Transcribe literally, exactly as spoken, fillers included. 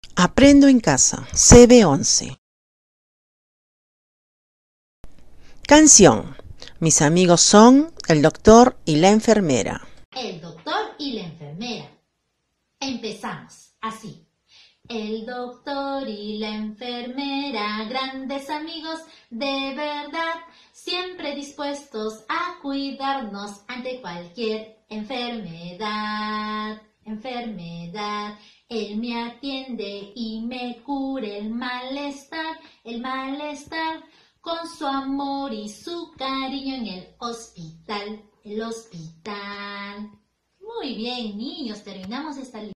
Aprendo en casa, C B once. Canción. Mis amigos son el doctor y la enfermera. El doctor y la enfermera. Empezamos así. El doctor y la enfermera, grandes amigos de verdad, siempre dispuestos a cuidarnos ante cualquier enfermedad. Enfermedad, él me atiende y me cura el malestar, el malestar, con su amor y su cariño en el hospital, el hospital. Muy bien, niños, terminamos esta